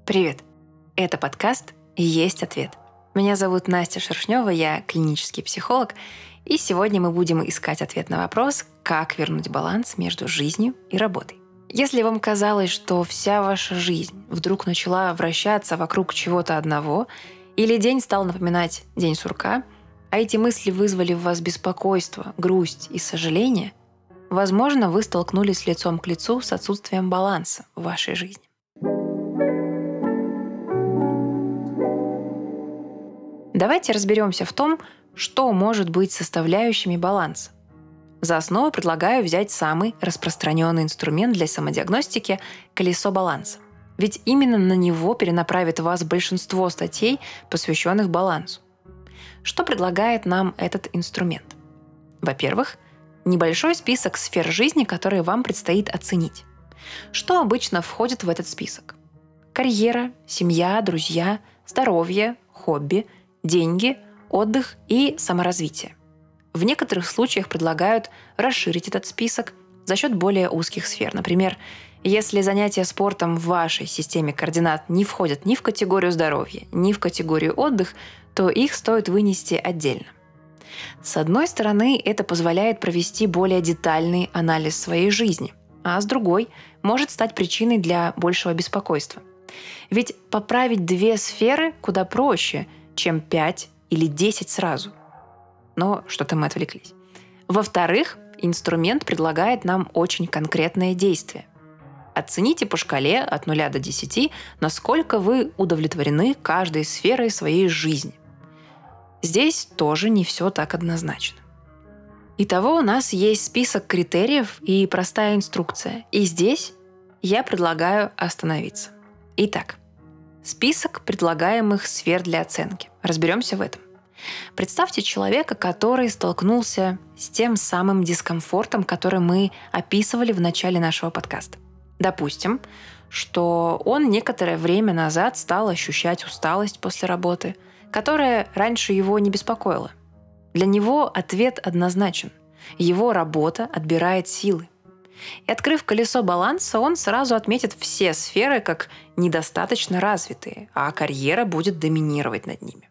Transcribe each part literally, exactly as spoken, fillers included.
Привет! Это подкаст «Есть ответ». Меня зовут Настя Шершнева, я клинический психолог, и сегодня мы будем искать ответ на вопрос, как вернуть баланс между жизнью и работой. Если вам казалось, что вся ваша жизнь вдруг начала вращаться вокруг чего-то одного, или день стал напоминать день сурка, а эти мысли вызвали в вас беспокойство, грусть и сожаление, возможно, вы столкнулись лицом к лицу с отсутствием баланса в вашей жизни. Давайте разберемся в том, что может быть составляющими баланса. За основу предлагаю взять самый распространенный инструмент для самодиагностики – колесо баланса. Ведь именно на него перенаправит вас большинство статей, посвященных балансу. Что предлагает нам этот инструмент? Во-первых, небольшой список сфер жизни, которые вам предстоит оценить. Что обычно входит в этот список? Карьера, семья, друзья, здоровье, хобби – деньги, отдых и саморазвитие. В некоторых случаях предлагают расширить этот список за счет более узких сфер. Например, если занятия спортом в вашей системе координат не входят ни в категорию здоровья, ни в категорию отдых, то их стоит вынести отдельно. С одной стороны, это позволяет провести более детальный анализ своей жизни, а с другой – может стать причиной для большего беспокойства. Ведь поправить две сферы куда проще – чем пять или десять сразу. Но что-то мы отвлеклись. Во-вторых, инструмент предлагает нам очень конкретное действие. Оцените по шкале от нуля до десяти, насколько вы удовлетворены каждой сферой своей жизни. Здесь тоже не все так однозначно. Итого у нас есть список критериев и простая инструкция. И здесь я предлагаю остановиться. Итак, список предлагаемых сфер для оценки. Разберемся в этом. Представьте человека, который столкнулся с тем самым дискомфортом, который мы описывали в начале нашего подкаста. Допустим, что он некоторое время назад стал ощущать усталость после работы, которая раньше его не беспокоила. Для него ответ однозначен. Его работа отбирает силы. И открыв колесо баланса, он сразу отметит все сферы как недостаточно развитые, а карьера будет доминировать над ними.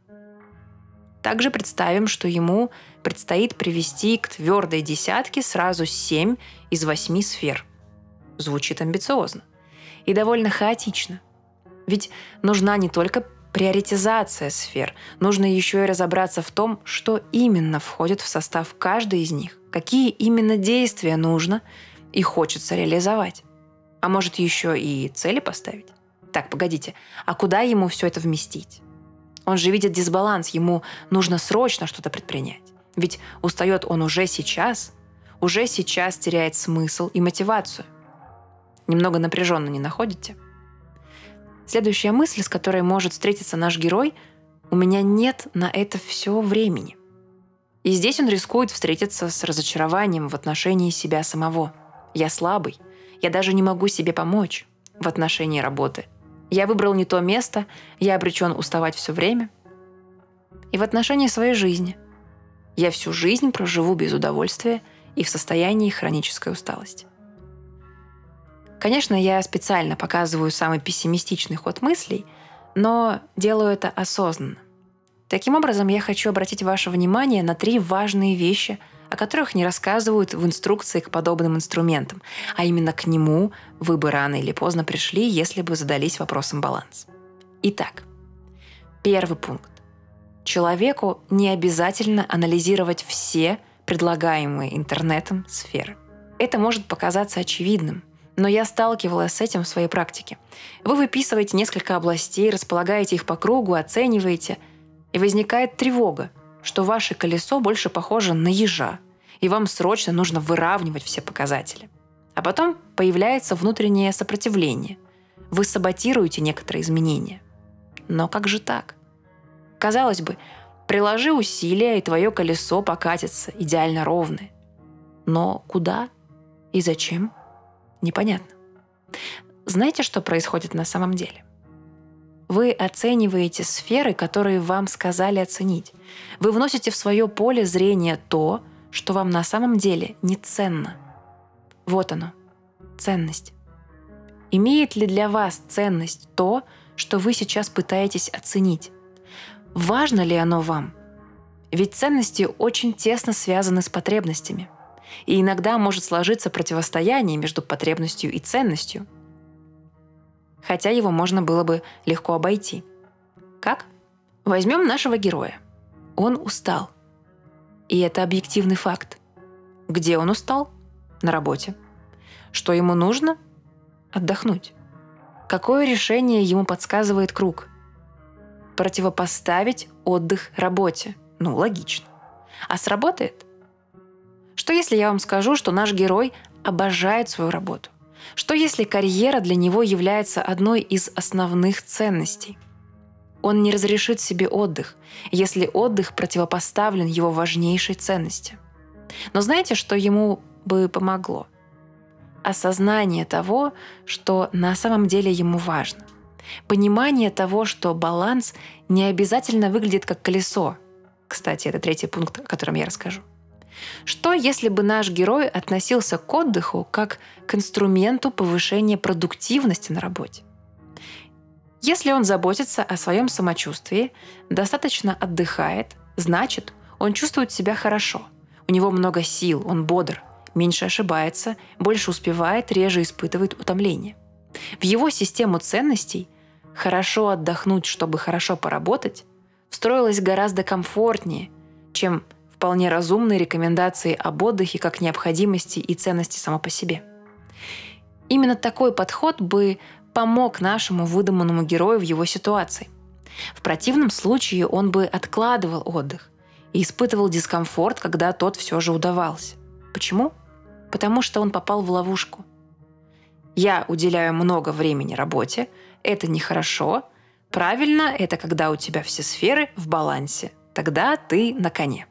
Также представим, что ему предстоит привести к твердой десятке сразу семь из восьми сфер. Звучит амбициозно и довольно хаотично. Ведь нужна не только приоритизация сфер, нужно еще и разобраться в том, что именно входит в состав каждой из них, какие именно действия нужно и хочется реализовать. А может, еще и цели поставить? Так, погодите, а куда ему все это вместить? Он же видит дисбаланс, ему нужно срочно что-то предпринять. Ведь устает он уже сейчас, уже сейчас теряет смысл и мотивацию. Немного напряженно не находите? Следующая мысль, с которой может встретиться наш герой: «У меня нет на это все времени». И здесь он рискует встретиться с разочарованием в отношении себя самого. Я слабый, я даже не могу себе помочь в отношении работы. Я выбрал не то место, я обречен уставать все время. И в отношении своей жизни. Я всю жизнь проживу без удовольствия и в состоянии хронической усталости. Конечно, я специально показываю самый пессимистичный ход мыслей, но делаю это осознанно. Таким образом, я хочу обратить ваше внимание на три важные вещи, о которых не рассказывают в инструкции к подобным инструментам, а именно к нему вы бы рано или поздно пришли, если бы задались вопросом баланса. Итак, первый пункт. Человеку не обязательно анализировать все предлагаемые интернетом сферы. Это может показаться очевидным, но я сталкивалась с этим в своей практике. Вы выписываете несколько областей, располагаете их по кругу, оцениваете, и возникает тревога, что ваше колесо больше похоже на ежа, и вам срочно нужно выравнивать все показатели. А потом появляется внутреннее сопротивление. Вы саботируете некоторые изменения. Но как же так? Казалось бы, приложи усилия, и твое колесо покатится идеально ровное. Но куда и зачем? Непонятно. Знаете, что происходит на самом деле? Вы оцениваете сферы, которые вам сказали оценить. Вы вносите в свое поле зрения то, что вам на самом деле не ценно. Вот оно, ценность. Имеет ли для вас ценность то, что вы сейчас пытаетесь оценить? Важно ли оно вам? Ведь ценности очень тесно связаны с потребностями. И иногда может сложиться противостояние между потребностью и ценностью. Хотя его можно было бы легко обойти. Как? Возьмем нашего героя. Он устал. И это объективный факт. Где он устал? На работе. Что ему нужно? Отдохнуть. Какое решение ему подсказывает круг? Противопоставить отдых работе. Ну, логично. А сработает? Что если я вам скажу, что наш герой обожает свою работу? Что если карьера для него является одной из основных ценностей? Он не разрешит себе отдых, если отдых противопоставлен его важнейшей ценности. Но знаете, что ему бы помогло? Осознание того, что на самом деле ему важно. Понимание того, что баланс не обязательно выглядит как колесо. Кстати, это третий пункт, о котором я расскажу. Что, если бы наш герой относился к отдыху как к инструменту повышения продуктивности на работе? Если он заботится о своем самочувствии, достаточно отдыхает, значит, он чувствует себя хорошо. У него много сил, он бодр, меньше ошибается, больше успевает, реже испытывает утомление. В его систему ценностей хорошо отдохнуть, чтобы хорошо поработать, встроилось гораздо комфортнее, чем вполне разумные рекомендации об отдыхе как необходимости и ценности само по себе. Именно такой подход бы помог нашему выдуманному герою в его ситуации. В противном случае он бы откладывал отдых и испытывал дискомфорт, когда тот все же удавался. Почему? Потому что он попал в ловушку. Я уделяю много времени работе, это нехорошо. Правильно, это когда у тебя все сферы в балансе. Тогда ты на коне.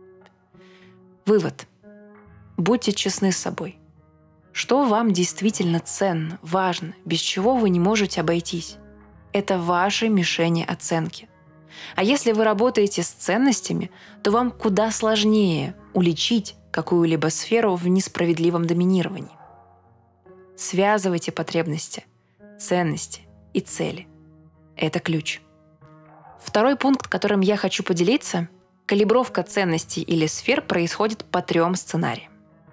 Вывод. Будьте честны с собой. Что вам действительно ценно, важно, без чего вы не можете обойтись? Это ваши мишени оценки. А если вы работаете с ценностями, то вам куда сложнее уличить какую-либо сферу в несправедливом доминировании. Связывайте потребности, ценности и цели. Это ключ. Второй пункт, которым я хочу поделиться – калибровка ценностей или сфер происходит по трем сценариям.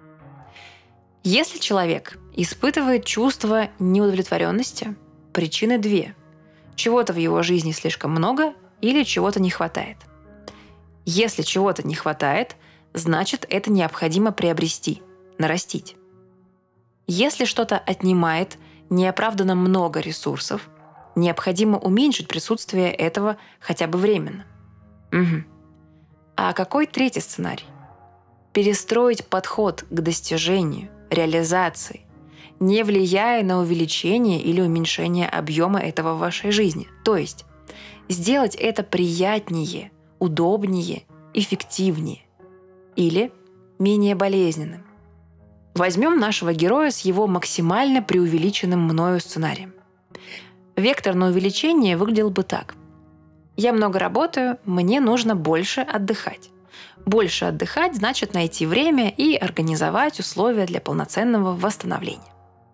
Если человек испытывает чувство неудовлетворенности, причины две. Чего-то в его жизни слишком много или чего-то не хватает. Если чего-то не хватает, значит, это необходимо приобрести, нарастить. Если что-то отнимает неоправданно много ресурсов, необходимо уменьшить присутствие этого хотя бы временно. Угу. А какой третий сценарий? Перестроить подход к достижению, реализации, не влияя на увеличение или уменьшение объема этого в вашей жизни. То есть сделать это приятнее, удобнее, эффективнее или менее болезненным. Возьмем нашего героя с его максимально преувеличенным мною сценарием. Вектор на увеличение выглядел бы так. Я много работаю, мне нужно больше отдыхать. Больше отдыхать значит найти время и организовать условия для полноценного восстановления.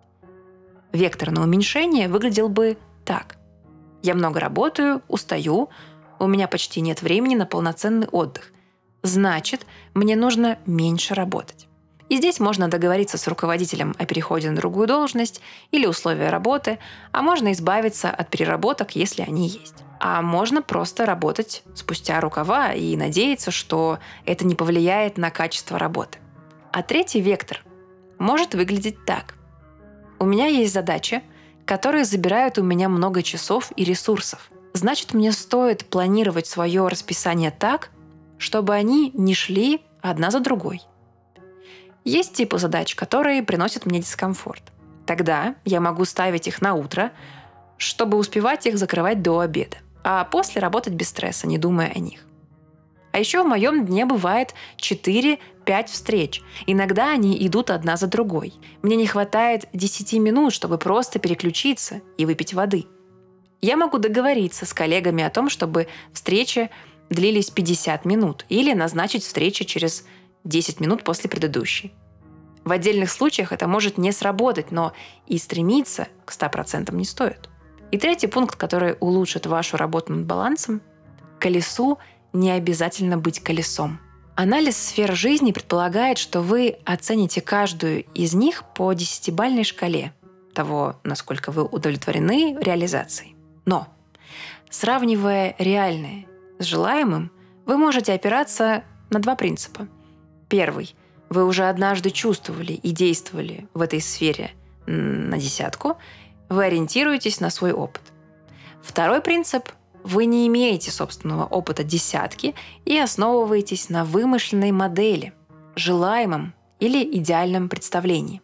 Вектор на уменьшение выглядел бы так. Я много работаю, устаю, у меня почти нет времени на полноценный отдых. Значит, мне нужно меньше работать. И здесь можно договориться с руководителем о переходе на другую должность или условия работы, а можно избавиться от переработок, если они есть. А можно просто работать спустя рукава и надеяться, что это не повлияет на качество работы. А третий вектор может выглядеть так. У меня есть задачи, которые забирают у меня много часов и ресурсов. Значит, мне стоит планировать свое расписание так, чтобы они не шли одна за другой. Есть типы задач, которые приносят мне дискомфорт. Тогда я могу ставить их на утро, чтобы успевать их закрывать до обеда, а после работать без стресса, не думая о них. А еще в моем дне бывает четыре-пять встреч. Иногда они идут одна за другой. Мне не хватает десять минут, чтобы просто переключиться и выпить воды. Я могу договориться с коллегами о том, чтобы встречи длились пятьдесят минут или назначить встречи через десять минут после предыдущей. В отдельных случаях это может не сработать, но и стремиться к ста процентам не стоит. И третий пункт, который улучшит вашу работу над балансом – колесу не обязательно быть колесом. Анализ сфер жизни предполагает, что вы оцените каждую из них по десятибалльной шкале того, насколько вы удовлетворены реализацией. Но, сравнивая реальное с желаемым, вы можете опираться на два принципа. Первый. Вы уже однажды чувствовали и действовали в этой сфере на десятку, вы ориентируетесь на свой опыт. Второй принцип – вы не имеете собственного опыта десятки и основываетесь на вымышленной модели, желаемом или идеальном представлении.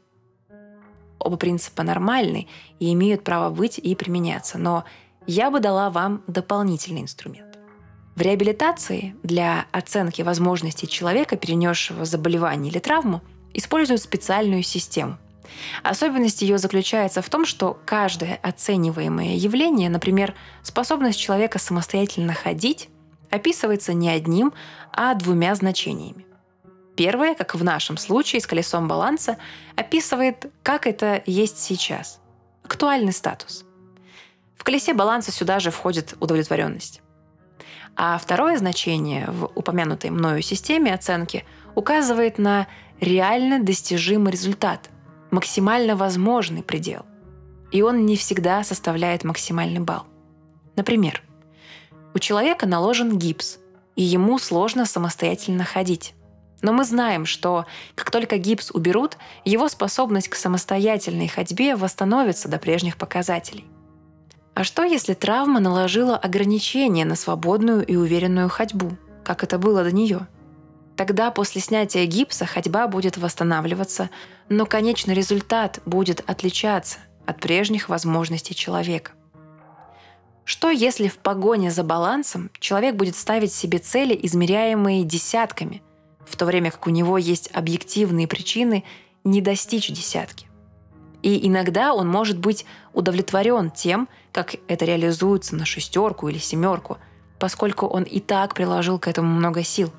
Оба принципа нормальны и имеют право быть и применяться, но я бы дала вам дополнительный инструмент. В реабилитации для оценки возможностей человека, перенесшего заболевание или травму, используют специальную систему. Особенность ее заключается в том, что каждое оцениваемое явление, например, способность человека самостоятельно ходить, описывается не одним, а двумя значениями. Первое, как в нашем случае с колесом баланса, описывает, как это есть сейчас. Актуальный статус. В колесе баланса сюда же входит удовлетворенность. А второе значение в упомянутой мною системе оценки указывает на реально достижимый результат, максимально возможный предел. И он не всегда составляет максимальный балл. Например, у человека наложен гипс, и ему сложно самостоятельно ходить. Но мы знаем, что как только гипс уберут, его способность к самостоятельной ходьбе восстановится до прежних показателей. А что, если травма наложила ограничения на свободную и уверенную ходьбу, как это было до нее? Тогда после снятия гипса ходьба будет восстанавливаться, но конечный результат будет отличаться от прежних возможностей человека. Что если в погоне за балансом человек будет ставить себе цели, измеряемые десятками, в то время как у него есть объективные причины не достичь десятки? И иногда он может быть удовлетворен тем, как это реализуется на шестерку или семерку, поскольку он и так приложил к этому много сил.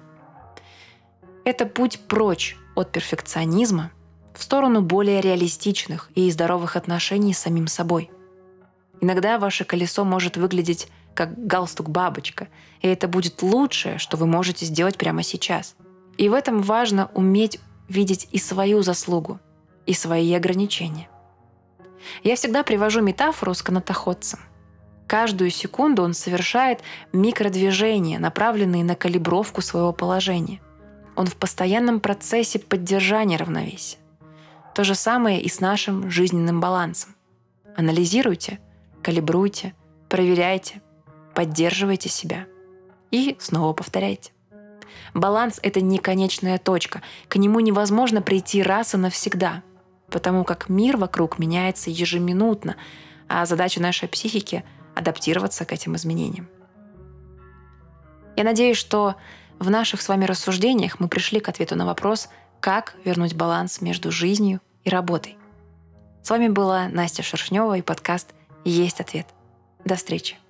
Это путь прочь от перфекционизма в сторону более реалистичных и здоровых отношений с самим собой. Иногда ваше колесо может выглядеть как галстук-бабочка, и это будет лучшее, что вы можете сделать прямо сейчас. И в этом важно уметь видеть и свою заслугу, и свои ограничения. Я всегда привожу метафору с канатоходцем. Каждую секунду он совершает микродвижения, направленные на калибровку своего положения. Он в постоянном процессе поддержания равновесия. То же самое и с нашим жизненным балансом. Анализируйте, калибруйте, проверяйте, поддерживайте себя. И снова повторяйте. Баланс — это не конечная точка. К нему невозможно прийти раз и навсегда, потому как мир вокруг меняется ежеминутно, а задача нашей психики — адаптироваться к этим изменениям. Я надеюсь, что в наших с вами рассуждениях мы пришли к ответу на вопрос, как вернуть баланс между жизнью и работой. С вами была Настя Шершнева и подкаст «Есть ответ». До встречи!